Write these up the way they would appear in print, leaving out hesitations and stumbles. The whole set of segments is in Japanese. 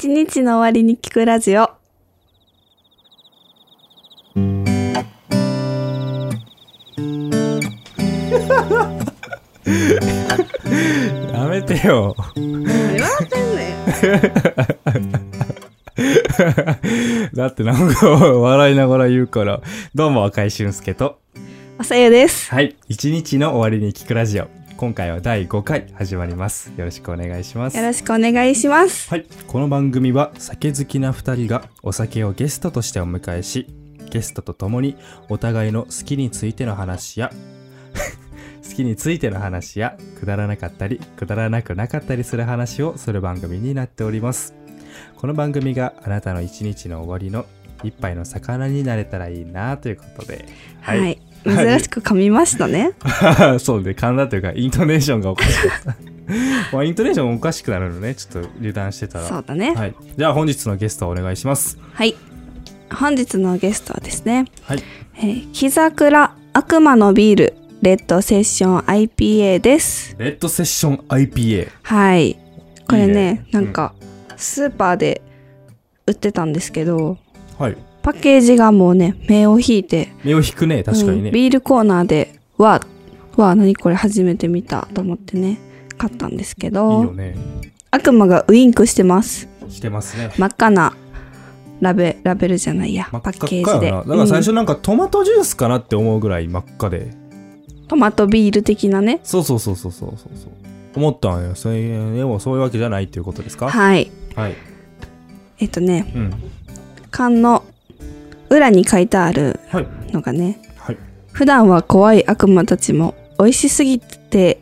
一日の終わりに聞くラジオ。 やめてよ。 何笑ってんねん。 だってなんか笑いながら言うから。どうも赤井俊介とあさゆです。 はい、一日の終わりに聞くラジオ。今回は第5回始まります。よろしくお願いします。 よろしくお願いします。 はい、この番組は酒好きな2人がお酒をゲストとしてお迎えし、ゲストと共にお互いの好きについての話や好きについての話やくだらなかったりくだらなくなかったりする話をする番組になっております。この番組があなたの一日の終わりの一杯の魚になれたらいいなということで、 はい、珍しく噛みましたね。 そうで、噛んだというかイントネーションがおかしかったまあイントネーションおかしくなるのね、ちょっと油断してたら。 そうだね、 はい、じゃあ本日のゲストをお願いします。 はい、本日のゲストはですね、 はい、 木桜悪魔のビールレッドセッション IPA です。 レッドセッション IPA。 はい、これね、 いいね、 なんかスーパーで売ってたんですけど、 はい、 パッケージがもうね目を引いて、 目を引くね、確かにね、 ビールコーナーで何これ初めて見たと思ってね買ったんですけど、 いいよね。 悪魔がウインクしてます。 してますね。 真っ赤なラベルじゃないや、 真っパッケ赤ージで。 だから最初なんかトマトジュースかなって思うぐらい真っ赤で、 トマトビール的なね。 そう思ったんよ。でもそういうわけじゃないっていうことですか？ はいはい。 缶の裏に書いてあるのがね、 はい、 普段は怖い悪魔たちも美味しすぎて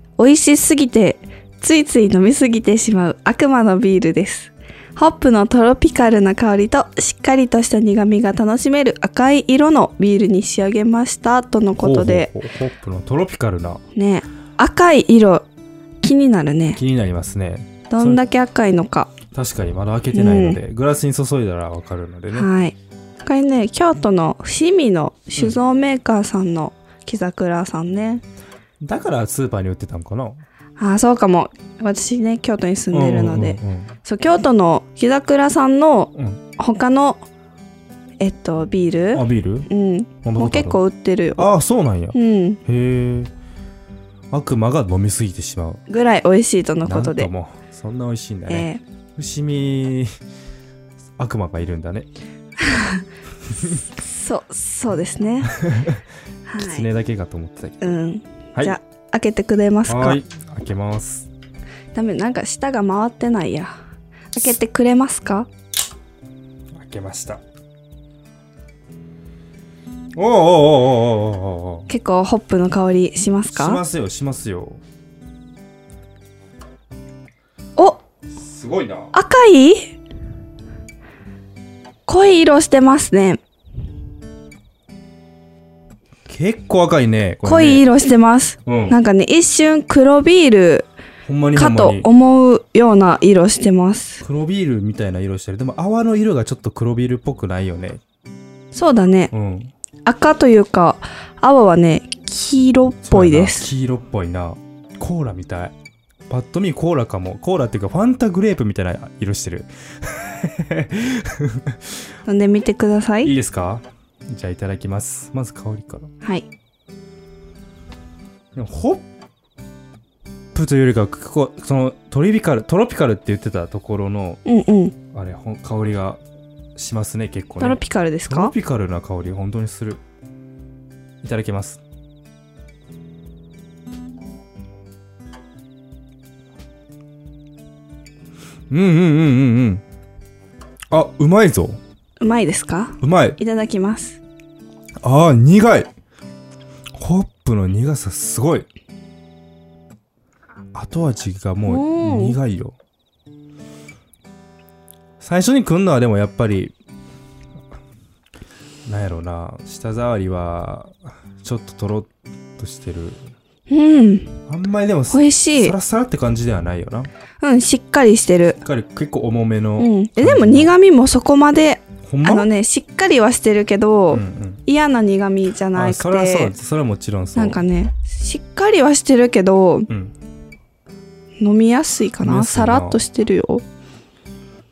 ついつい飲みすぎてしまう悪魔のビールです。ホップのトロピカルな香りとしっかりとした苦みが楽しめる赤い色のビールに仕上げましたとのことで、 ホップのトロピカルなね、赤い色気になるね。 気になりますね。 どんだけ赤いのか。 確かにまだ開けてないので、グラスに注いだらわかるのでね。 はい、これね、京都の伏見の酒造メーカーさんの木桜さんね、 だからスーパーに売ってたのかな。 あ、そうかも。私ね京都に住んでるので、そう京都の木桜さんの他の、ビール、 ビール、 もう結構売ってるよ。 あ、そうなんや。 へえ。悪魔が飲みすぎてしまうぐらい美味しいとのことで。 なんともそんな美味しいんだね。伏見悪魔がいるんだねそうですねはい、 狐だけかと思ってたけど、 はい、じゃあ開けてくれますか？ はい、開けます。 ダメ、なんか舌が回ってないや。開けてくれますか？ 開けました。お結構ホップの香りしますか？ しますよ。 お、 すごいな。 赤い濃い色してますね。 結構赤いね。 濃い色してます、なんかね、一瞬黒ビールかと思うような色してます。 黒ビールみたいな色してる。でも泡の色がちょっと黒ビールっぽくないよね。 そうだね、赤というか泡はね黄色っぽいです。 黄色っぽいな。コーラみたい。パッと見コーラかも。コーラっていうかファンタグレープみたいな色してる飲んでみてください。 いいですか？じゃあいただきます。まず香りから。 はい。 でもホップというよりか、そのトロピカルって言ってたところの、あれ香りがしますね。結構ね。 トロピカルですか？ トロピカルな香り本当にする。いただきます。あ、うまいぞ。 うまいですか？ うまい。 いただきます。 あー、苦い。ホップの苦さすごい。後味がもう苦いよ。最初に来んのはでもやっぱりなんやろうな、舌触りはちょっととろっとしてる。あんまりでも美味しい。 サラサラって感じではないよな。 しっかりしてる。 結構重めの、 でも苦味もそこまで、 ほんま？ しっかりはしてるけど、嫌な苦味じゃなくて、 それはそう、それはもちろんそう。 なんかね、しっかりはしてるけど、飲みやすいかな。さらっとしてるよ。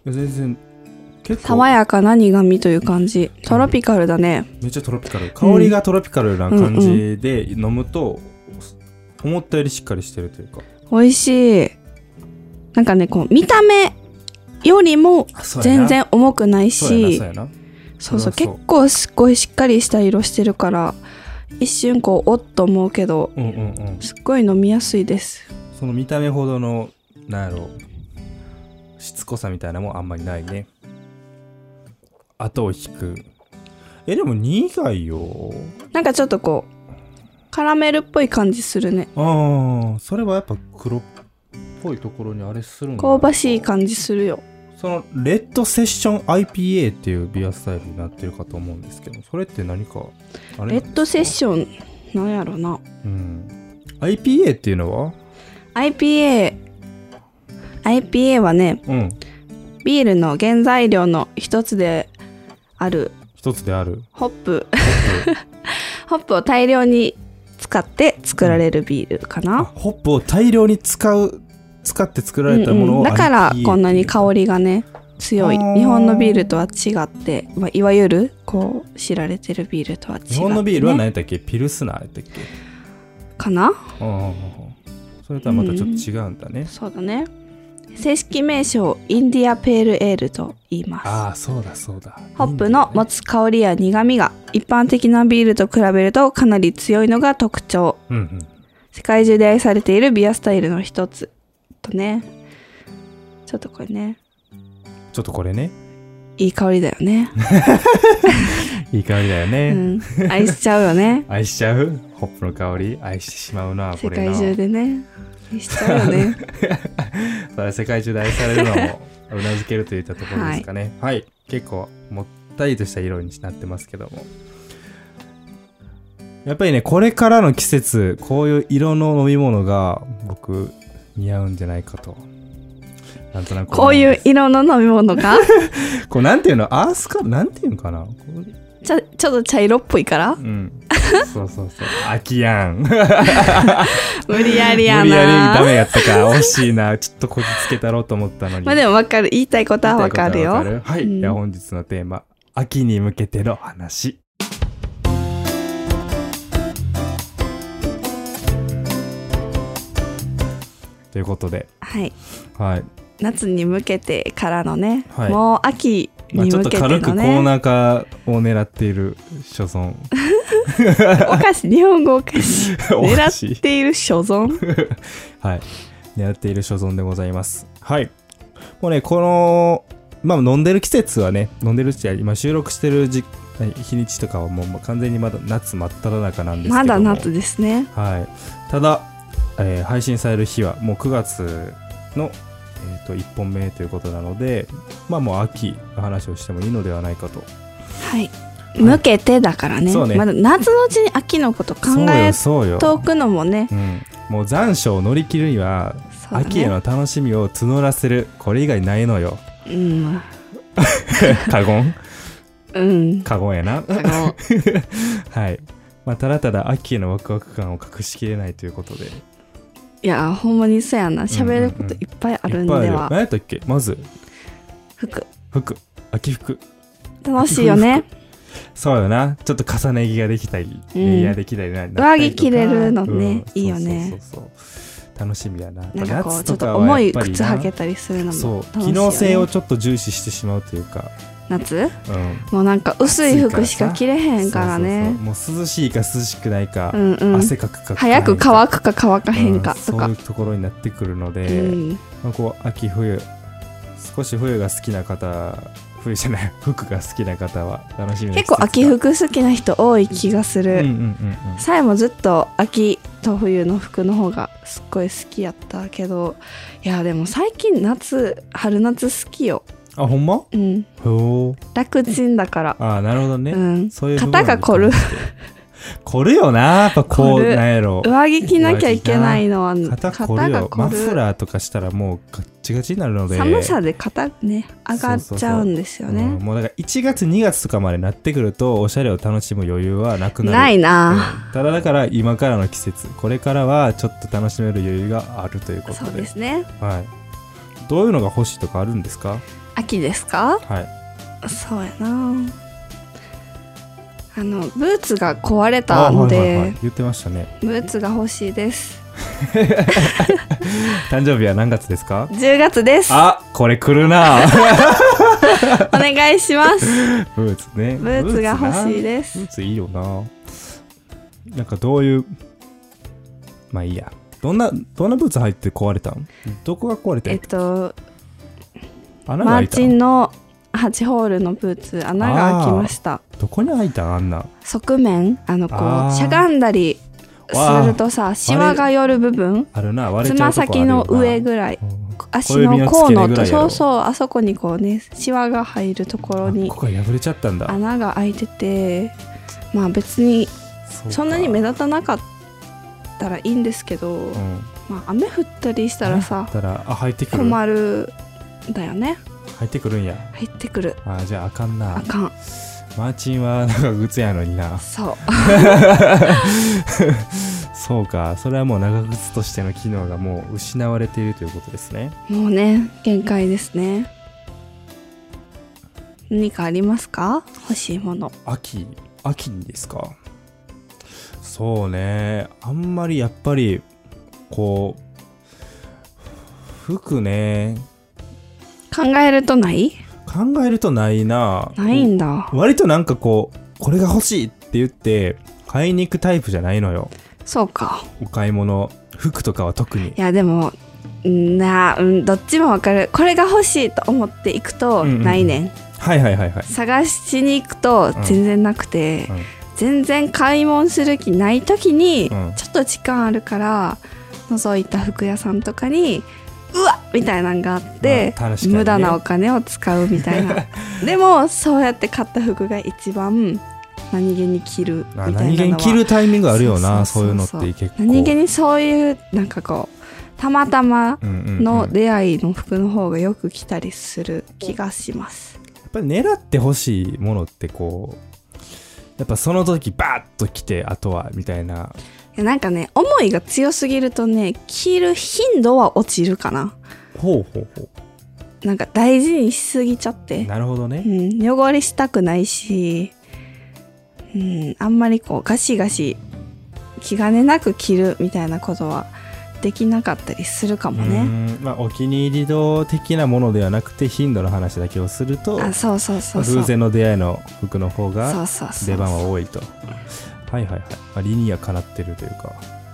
全然結構爽やかな苦味という感じ。トロピカルだね。 めっちゃトロピカル、香りがトロピカルな感じで飲むと、思ったよりしっかりしてるというか、 美味しい。なんかね、こう見た目よりも全然重くないし、そうそう、結構すごいしっかりした色してるから一瞬こうおっと思うけど、すっごい飲みやすいです。 その見た目ほどのなんやろしつこさみたいなのもあんまりないね。後を引く。でも苦いよ。 なんかちょっとこうカラメルっぽい感じするね。 それはやっぱ黒っぽいところにあれするんだ。 香ばしい感じするよ。 そのレッドセッション IPA っていうビアスタイルになってるかと思うんですけど、それって何かあれレッドセッションなんやろな。 IPA っていうのは IPA はね、ビールの原材料の一つであるホップホップを大量に使って作られるビールかな。 ホップを大量に使って作られたものを、 だからこんなに香りがね強い。日本のビールとは違って、いわゆるこう知られてるビールとは違って、ね、 日本のビールは何やったっけ？ピルスナーやったっけかな。 それとはまたちょっと違うんだね。 そうだね。正式名称インディアペールエールと言います。 そうだホップの持つ香りや苦味が一般的なビールと比べるとかなり強いのが特徴。世界中で愛されているビアスタイルの一つとね。ちょっとこれねいい香りだよね。 いい香りだよね、 愛しちゃうよね。 愛しちゃう。ホップの香り愛してしまうな。 世界中でね愛しちゃうよね。 世界中で愛されるのもうなずけるといったところですかね。はい、結構もったりとした色になってますけども、やっぱりね、これからの季節こういう色の飲み物が僕似合うんじゃないかと。なんとなくこういう色の飲み物がこうなんていうの、アースカルなんていうのかな、 ちょっと茶色っぽいから、 そう秋やん。 無理やりやな。 無理やりダメやったか。惜しいな。ちょっとこじつけたろうと思ったのに。 でも分かる。言いたいことは分かるよ。 はい、じゃあ本日のテーマ、秋に向けての話。ということで、はい、 夏に向けてからのね、もう秋に向けてのね、ちょっと軽くコーナー化を狙っている所存。 おかしい、日本語おかしい。狙っている所存。 はい、狙っている所存でございます。はい、もうね、この飲んでる季節はね、今収録してる日にちとかはもう完全にまだ夏真っ只中なんですけども、 まだ夏ですね。 はい、ただ配信される日はもう9月の、1本目ということなので、もう秋の話をしてもいいのではないかと。 はい、向けてだからね。まだ夏のうちに秋のこと考えておくのもね、 もう残暑を乗り切るには、秋への楽しみを募らせる、これ以外ないのよ。過言過言やな。はい、ただただ秋へのワクワク感を隠しきれないということで。 いやほんまにそうやな。喋ることいっぱいあるんでは。 何やったっけ。まず服、 秋服楽しいよね。 そうよな。ちょっと重ね着ができたり、レイヤーできたりな。 上着着れるのね、いいよね。 そう楽しみやな。 なんかこうちょっと重い靴履けたりするのも楽しいよね。 機能性をちょっと重視してしまうというか。 夏、もうなんか薄い服しか着れへんからね。 もう涼しいか涼しくないか、汗かくか早く乾くか乾かへんかとか、 そういうところになってくるので、こう秋冬、少し冬が好きな方、冬じゃない服が好きな方は楽しみです。 結構秋服好きな人多い気がする。さえもずっと秋と冬の服の方がすっごい好きやったけど、いやでも最近春夏好きよ。 あ、ほんま？ 楽ちんだから。 あ、なるほどね。そういう肩が凝る。 凝るよな。やっぱこうなんやろ。 上着着なきゃいけないのは肩凝るよ。マフラーとかしたらもうガッチガチになるので。 寒さで肩ね上がっちゃうんですよね。 もうだから1月2月とかまでなってくるとおしゃれを楽しむ余裕はなくなる。 ないな。 ただだから今からの季節、これからはちょっと楽しめる余裕があるということで。 そうですね。 はい。どういうのが欲しいとかあるんですか？ 秋ですか？ はい。 そうやな。ブーツが壊れたので、 はいはいはい、言ってましたね。 ブーツが欲しいです。 誕生日は何月ですか ？10月です。 あ、これ来るな。 お願いします。 ブーツね。 ブーツが欲しいです。 ブーツいいよな。なんかどういう、まあいいや。どんなブーツ入って壊れたん？どこが壊れたん？ マーチンの8ホールのブーツ、穴が開きました。 どこに開いたん？あんな側面、こうしゃがんだりするとさ、シワが寄る部分あるな、割れちゃうとこあるよな。つま先の上ぐらい、足の甲のと、そうそう、あそこにこうね、シワが入るところにここが破れちゃったんだ。 穴が開いてて、まあ別にそんなに目立たなかったらいいんですけど、まあ雨降ったりしたらさ、 入ってくる、 困るんだよね。 入ってくるんや。 入ってくる。 あ、じゃああかんな。 あかん。 マーチンは長靴やのにな。 そうそうか、それはもう長靴としての機能がもう失われているということですね。 もうね、限界ですね。何かありますか？欲しいもの。 秋にですか？そうね、あんまりやっぱりこう服ね、 考えるとないな。 ないんだ。 割となんかこれが欲しいって言って買いに行くタイプじゃないのよ。 そうか。 お買い物、服とかは特に。 いやでもどっちもわかる。これが欲しいと思って行くとないねん。 はいはいはいはい。 探しに行くと全然なくて、全然買い物する気ない時に、ちょっと時間あるから覗いた服屋さんとかにうわっみたいなのがあって、ね、無駄なお金を使うみたいな。でもそうやって買った服が一番何気に着るみたいなのは、 何気に着るタイミングあるよな。そういうのって結構何気にそういうなんかこうたまたまの出会いの服の方がよく着たりする気がします。 やっぱり狙ってほしいものってこうやっぱその時バーッと着てあとはみたいな。 なんかね、思いが強すぎるとね、着る頻度は落ちるかな。 ほうなんか大事にしすぎちゃって。 なるほどね。 汚れしたくないし、あんまりこうガシガシ気兼ねなく着るみたいなことはできなかったりするかもね。 まあお気に入り度的なものではなくて頻度の話だけをすると、 そう偶然の出会いの服の方が出番は多いと。はいはいはい。まあ、理にはかなってるというか。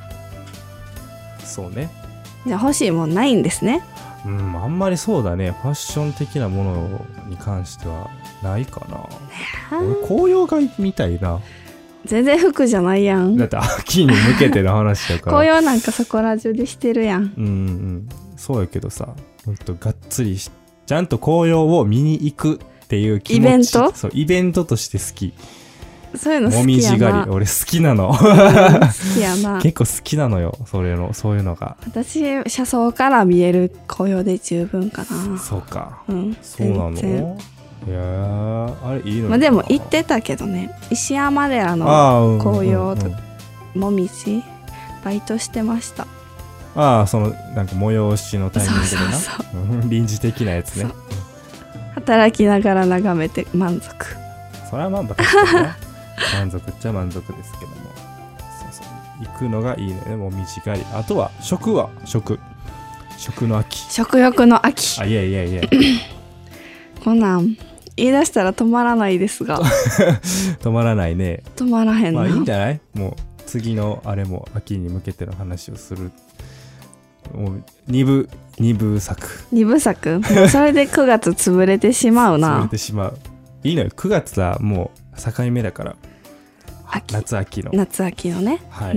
そうね。 じゃあ欲しいもんないんですね。 あんまりそうだね。ファッション的なものに関してはないかな。俺紅葉がみたいな。 全然服じゃないやん。 だって秋に向けての話だから。 紅葉なんかそこら中でしてるやん。 そうやけどさ、ほんとがっつりちゃんと紅葉を見に行くっていう気持ち。 イベント？ そう、イベントとして好き。 そういうの好きやな。 もみじ狩り、俺好きなの。 好きやな。 結構好きなのよ、そういうのが。 私、車窓から見える紅葉で十分かな。 そうか。そうなの？いやあれいいの？ まあでも行ってたけどね、石山寺の紅葉ともみじバイトしてました。 そのなんか催しのタイミングでな。そう臨時的なやつね。 働きながら眺めて満足。 それはまあ確かにな。満足っちゃ満足ですけども、そう行くのがいいね。もみじ狩り。あとは食の秋。 食欲の秋。 いやこんなん言い出したら止まらないですが。 止まらないね。 止まらへんな。 まあいいんじゃない？もう次のあれも秋に向けての話をする。もう二部作。 もうそれで9月潰れてしまうな。 潰れてしまう。いいのよ。9月はもう境目だから。夏秋のね。 はい。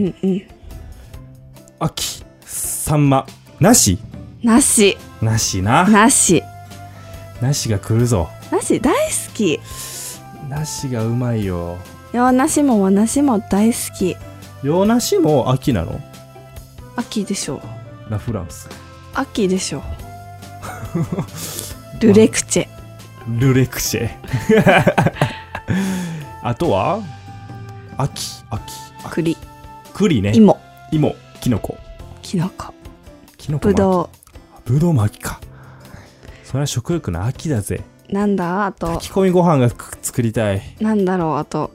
秋、サンマ、梨が来るぞ。 梨大好き。 梨がうまいよ。 洋梨も和梨も大好き。 洋梨も秋なの？ 秋でしょ。 ラ・フランス。 秋でしょ。ルレクチェ。 あとは秋。栗ね。 芋、キノコ。 ぶどう巻きか。 それは食欲の秋だぜ。 なんだあと。 炊き込みご飯が作りたい。 なんだろうあと。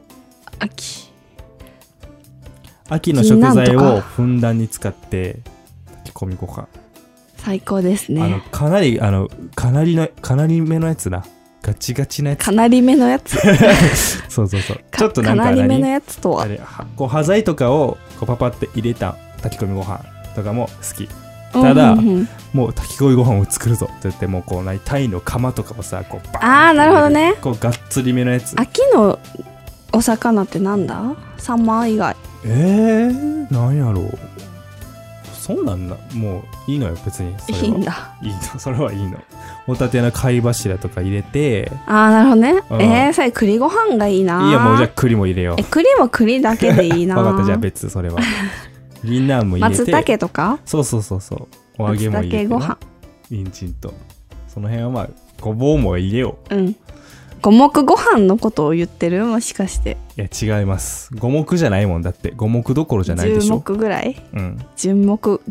秋の食材をふんだんに使って炊き込みご飯。 最高ですね。 かなりめのやつな。ガチガチなやつ。 かなりめのやつ。 そうそうそう。ちょっとなんかかなりめのやつとは。 こう端材とかをこうパパって入れた炊き込みご飯とかも好き。ただ、もう炊き込みご飯を作るぞって言ってもうこうタイの釜とかをさこうバーン。 ああなるほどね。 こうがっつりめのやつ。 秋のお魚ってなんだ？サンマ以外。 なんやろう。そうなんだ。もういいのよ別に。それはいいんだ。 いの。それはいいの。ホタテの貝柱とか入れて。 ああなるほどね。それ栗ご飯がいいな。 いいよもうじゃあ栗も入れよう。 栗も栗だけでいいな。 分かったじゃあ別それは。銀杏も入れて。 松茸とか？ そう。お揚げも入れて。 松茸ご飯。 人参と。その辺はまあごぼうも入れよう。うん。五目ご飯のことを言ってる？もしかして。 いや違います。五目じゃないもんだって。五目どころじゃないでしょ。 10目ぐらい？ うん。 10目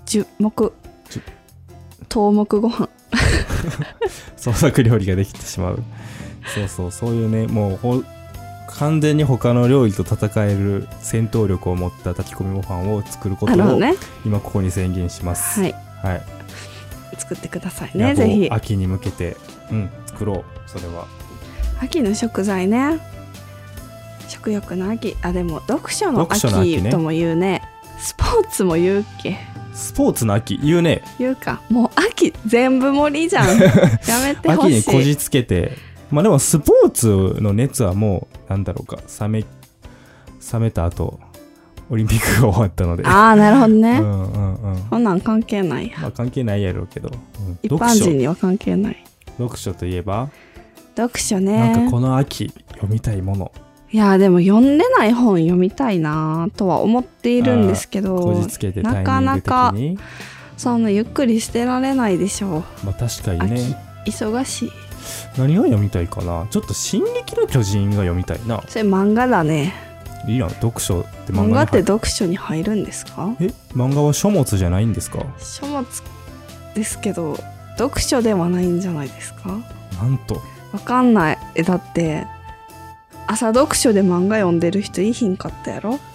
頭目ご飯。 創作料理ができてしまう。そういうねもう完全に他の料理と戦える戦闘力を持った炊き込みご飯を作ることを今ここに宣言します。 はい。作ってくださいねぜひ。 秋に向けて作ろう。それは。 秋の食材ね。食欲の秋。でも読書の秋とも言うね。スポーツも言うっけ。 スポーツの秋言うね。 言うか。もう秋全部盛りじゃん。やめてほしい。 秋にこじつけて。まあでもスポーツの熱はもうなんだろうか冷めた後オリンピックが終わったので。 なるほどね。こんなん関係ないや。 まあ関係ないやろうけど。 一般人には関係ない。 読書といえば。 読書ね。 なんかこの秋読みたいもの。 いやでも読んでない本読みたいなとは思っているんですけど、 こじつけてタイミング的になかなかそんなゆっくりしてられないでしょう。 まあ確かにね。 忙しい。 何が読みたいかな。ちょっと進撃の巨人が読みたいな。 それ漫画だね。 いいやん。読書って漫画って読書に入るんですか？ 漫画は書物じゃないんですか？ 書物ですけど読書ではないんじゃないですか？ なんとわかんない。だって朝読書で漫画読んでる人いひんかったやろ。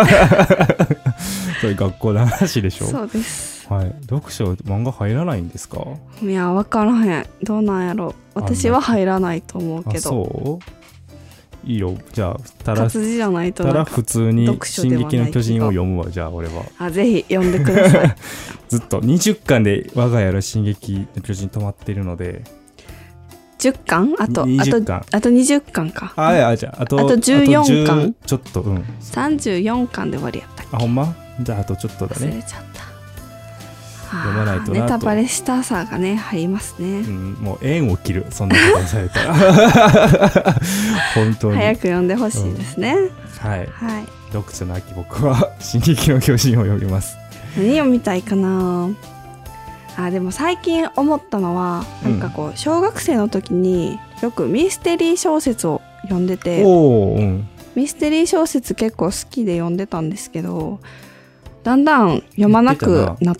それ学校の話でしょ。 そうです。 はい。読書漫画入らないんですか？ いや分からへん。どうなんやろ。私は入らないと思うけど。 そういいよ。じゃあ活字じゃないとただ普通に進撃の巨人を読むわ。じゃあ俺はぜひ読んでください。 ずっと20巻で我が家の進撃の巨人止まっているので 10巻あと 20巻あと20巻か。 じゃああと 14巻ちょっと 34巻で終わりやったっけ。 ほんま。じゃああとちょっとだね。 忘れちゃった。 読まないとなと。 ネタバレしたさがね入りますね。 もう縁を切る。そんなことされたら本当に早く読んでほしいですね。 はい。読書の秋僕は進撃の巨人を読みます。 何読みたいかな。でも最近思ったのはなんかこう小学生の時によくミステリー小説を読んでて、ミステリー小説結構好きで読んでたんですけどだんだん読まなくなって、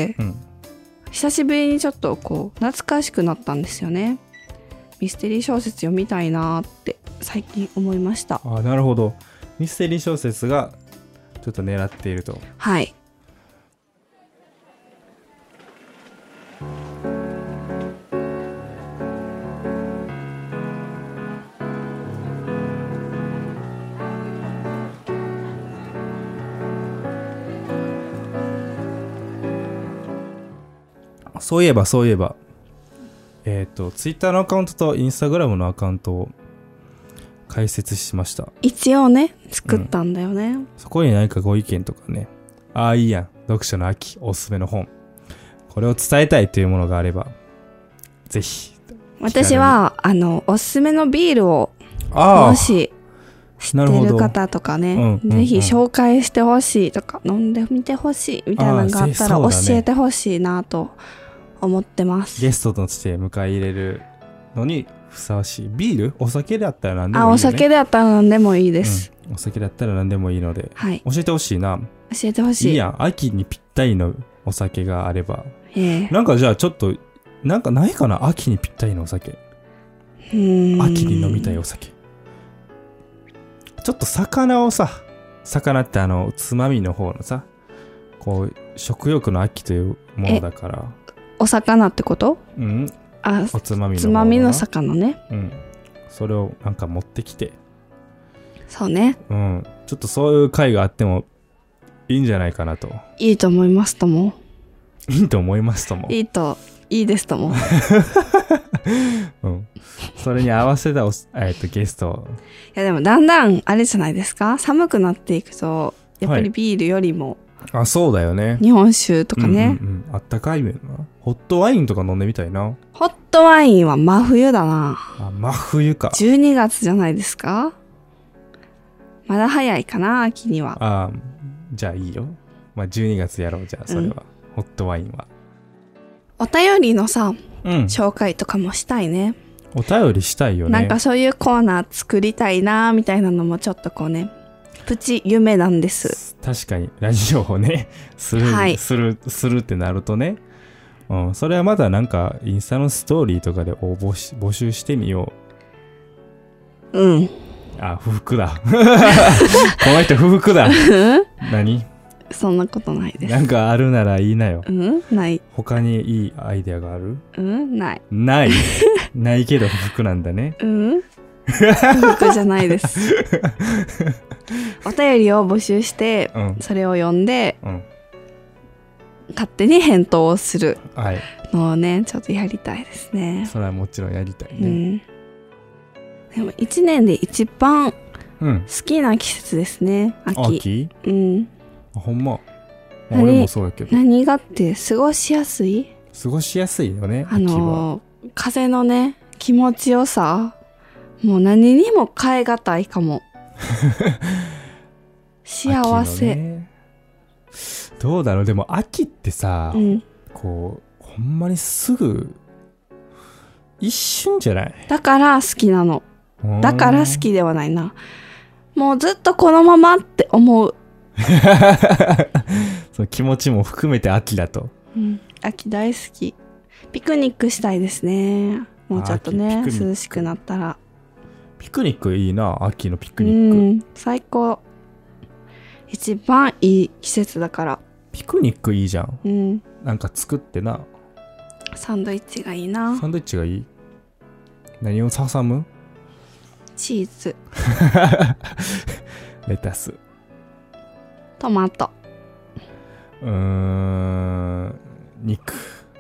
久しぶりにちょっとこう懐かしくなったんですよね。ミステリー小説読みたいなって最近思いました。 なるほど。ミステリー小説がちょっと狙っていると。 はい。 そういえばツイッターのアカウントとインスタグラムのアカウントを開設しました。 一応ね作ったんだよね。 そこに何かご意見とかね、いいやん、読書の秋おすすめの本、これを伝えたいというものがあればぜひ。 私はおすすめのビールをもし知ってる方とかね、ぜひ紹介してほしいとか飲んでみてほしいみたいなのがあったら教えてほしいなと思ってます。 ゲストとして迎え入れるのにふさわしいビール。お酒であったら何でもいいよね。 お酒であったら何でもいいです。 お酒だったら何でもいいので、教えてほしいな。 教えてほしい。 いいやん、秋にぴったりのお酒があれば。なんかじゃあちょっとなんかないかな、秋にぴったりのお酒。秋に飲みたいお酒。ちょっと魚をさ、魚ってつまみの方のさ、こう食欲の秋というものだから。 お魚ってこと？ うん。おつまみの方の。 つまみの魚ね。 うん。それをなんか持ってきて。 そうね。 うん。ちょっとそういう会があってもいいんじゃないかなと。 いいと思いますとも。 いいと思いますとも。 いいですとも。 うん。それに合わせたゲスト。 いやでもだんだんあれじゃないですか。寒くなっていくとやっぱりビールよりも、 はい、あ、そうだよね。 日本酒とかね。 あったかいめな。ホットワインとか飲んでみたいな。 ホットワインは真冬だな。 あ、真冬か。 12月じゃないですか。まだ早いかな、秋には。 あ、じゃあいいよ。まあ12月やろう、じゃあそれは、ホットワインは。 お便りのさ、紹介とかもしたいね。 お便りしたいよね。 なんかそういうコーナー作りたいなみたいなのもちょっとこうね、プチ夢なんです。 確かにラジオをねするってなるとね、それはまだなんかインスタのストーリーとかで募集してみよう。うん。 あ、不服だ。この人不服だ。何？ そんなことないです。 なんかあるなら言いなよ。 ない。 他にいいアイデアがある？ ない。 ないけど不服なんだね。 不服じゃないです。お便りを募集して、それを読んで、勝手に返答をするのをね、ちょっとやりたいですね。 それはもちろんやりたいね。 でも1年で一番好きな季節ですね。 秋？ほんま。俺もそうやけど。 何がって過ごしやすい？ 過ごしやすいよね。秋は風のね、気持ちよさ、もう何にも代え難いかも。幸せ、ね。 どうだろう。でも秋ってさ、こうほんまにすぐ一瞬じゃない？ だから好きなの。だから好きではないな。もうずっとこのままって思う。 その気持ちも含めて秋だと。 秋大好き。ピクニックしたいですね。もうちょっとね、涼しくなったら。 ピクニックいいな、秋のピクニック。 最高。一番いい季節だから。 ピクニックいいじゃん。なんか作ってな。 サンドイッチがいいな。 サンドイッチがいい？何を挟む？ チーズ。 レタス。 トマト。 肉。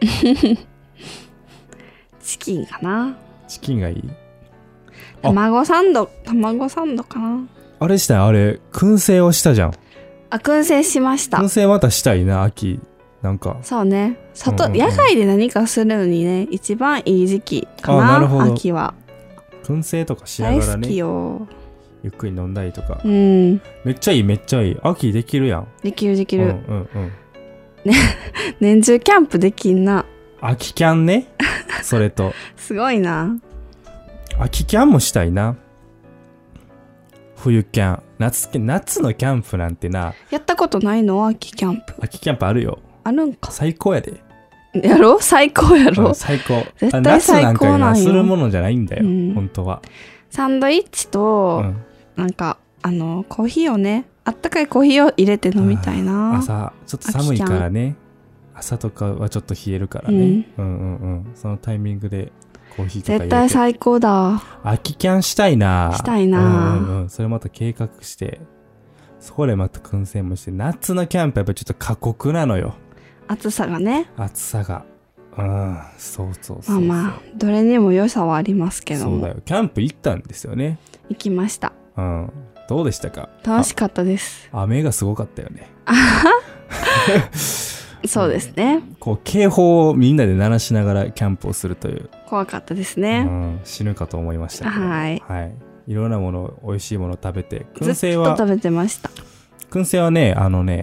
チキンかな。 チキンがいい？ 卵サンドかな。 あれしたい、あれ燻製をしたじゃん。 燻製しました。 燻製またしたいな、秋。なんかそうね、野外で何かするのにね、一番いい時期かな。なるほど。秋は燻製とかしながらね、 大好きよ。 ゆっくり飲んだりとか。めっちゃいい。秋できるやん。 できる。年中キャンプできんな。 秋キャンね。それとすごいな。 秋キャンもしたいな。冬キャン、夏のキャンプなんてな。 やったことないの？秋キャンプ。 秋キャンプあるよ。 あるんか。 最高やで。 やろ？最高やろ。 最高。 絶対最高なんよ。 夏なんかにするものじゃないんだよ、本当は。 サンドイッチと、なんかコーヒーをね、あったかいコーヒーを入れて飲みたいな。 朝ちょっと寒いからね。朝とかはちょっと冷えるからね。そのタイミングでコーヒーとか入れて。 絶対最高だ。 秋キャンしたいな。それまた計画して、そこでまた燻製もして。夏のキャンプやっぱちょっと過酷なのよ。 暑さがね。 そう。 まあどれにも良さはありますけども。 そうだよ。キャンプ行ったんですよね。 行きました。 どうでしたか？ 楽しかったです。 雨がすごかったよね。 そうですね。 こう警報をみんなで鳴らしながらキャンプをするという。 怖かったですね。 死ぬかと思いましたけど。 はい。 いろんなもの、美味しいものを食べて。 燻製はずっと食べてました。 燻製はね、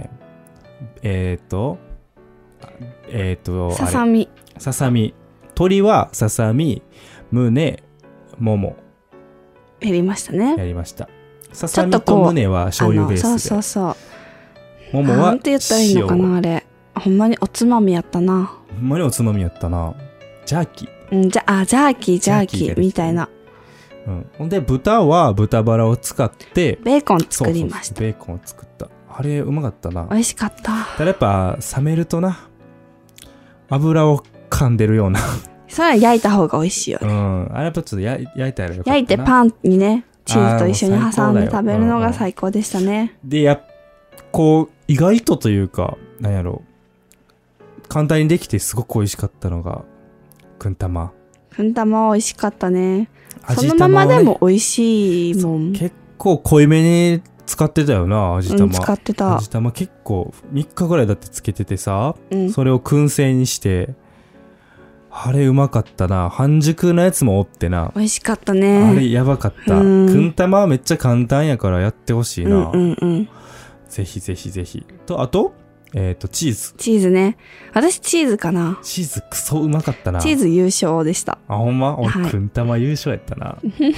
ささみ。 鶏はささみ、胸、もも。 やりましたね。 やりました。ささみと胸は醤油ベースで。 そう。 ももはなんて言ったらいいのかな、あれ。ほんまにおつまみやったな。 ジャーキうん、ジャーキーみたいな。 ほんで豚は豚バラを使ってベーコン作りました。 ベーコンを作った。あれうまかったな。 美味しかった。 ただやっぱ冷めるとな、油を噛んでるようなそれは焼いた方が美味しいよね。 あれやっぱちょっと焼いたらよかったな。 焼いてパンにね、チーズと一緒に挟んで食べるのが最高でしたね。 でこう意外とというか、なんやろ、簡単にできてすごく美味しかったのがくん玉美味しかったね。そのままでも美味しいもん。 結構濃いめに使ってたよな、味玉。 使ってた。 味玉結構3日ぐらいだってつけててさ、それを燻製にして、あれうまかったな。半熟のやつもおってな。 美味しかったね。 あれやばかった。くん玉はめっちゃ簡単やからやってほしいな。ぜひぜひぜひ。あとチーズ。 チーズね。私チーズかな。 チーズクソうまかったな。 チーズ優勝でした。 あ、ほんま？俺、くん玉優勝やったな。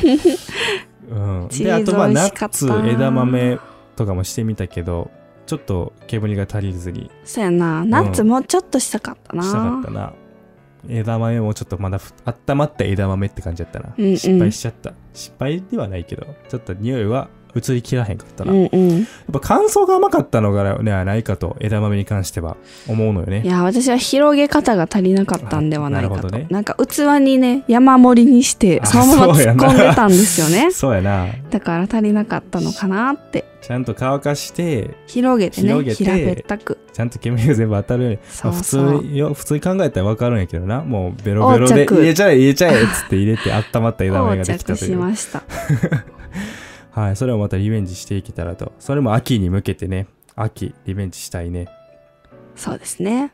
で、あとナッツ、枝豆とかもしてみたけど、ちょっと煙が足りずに。 そうやな。ナッツもうちょっとしたかったな。 したかったな。枝豆もちょっとまだ温まった枝豆って感じだったな。失敗しちゃった。失敗ではないけど、ちょっと匂いは移りきらへんかったな。やっぱ乾燥が甘かったのがね、ないかと、枝豆に関しては思うのよね。 いや、私は広げ方が足りなかったんではないかと。なるほどね。なんか器にね、山盛りにして、そのまま突っ込んでたんですよね。 そうやな。 だから足りなかったのかなって。 ちゃんと乾かして、 広げてね、平べったく。 ちゃんと煙が全部当たるように。普通に考えたら分かるんやけどな。もうベロベロで入れちゃえっつって入れて温まった枝豆ができたという。 到着しました。 はい、それをまたリベンジしていけたらと。それも秋に向けてね、秋リベンジしたいね。 そうですね。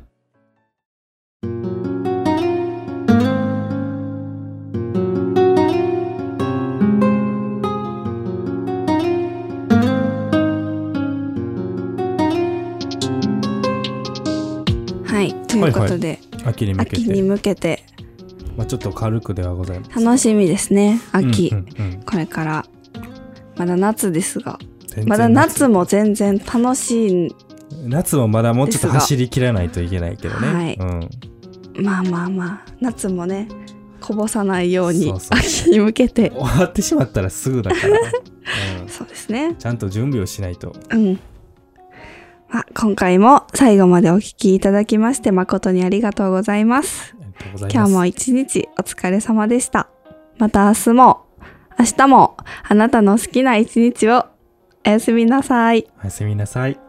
はい、ということで、 秋に向けて、まあちょっと軽くではございます。 楽しみですね、秋。これからまだ夏ですが、まだ夏も全然楽しい。 夏もまだもうちょっと走りきらないといけないけどね。はい。 まあ夏もね、こぼさないように秋に向けて。 終わってしまったらすぐだから。 そうですね。 ちゃんと準備をしないと。 今回も最後までお聞きいただきまして誠にありがとうございます。今日も一日お疲れ様でした。また明日もあなたの好きな一日をおやすみなさい。 おやすみなさい。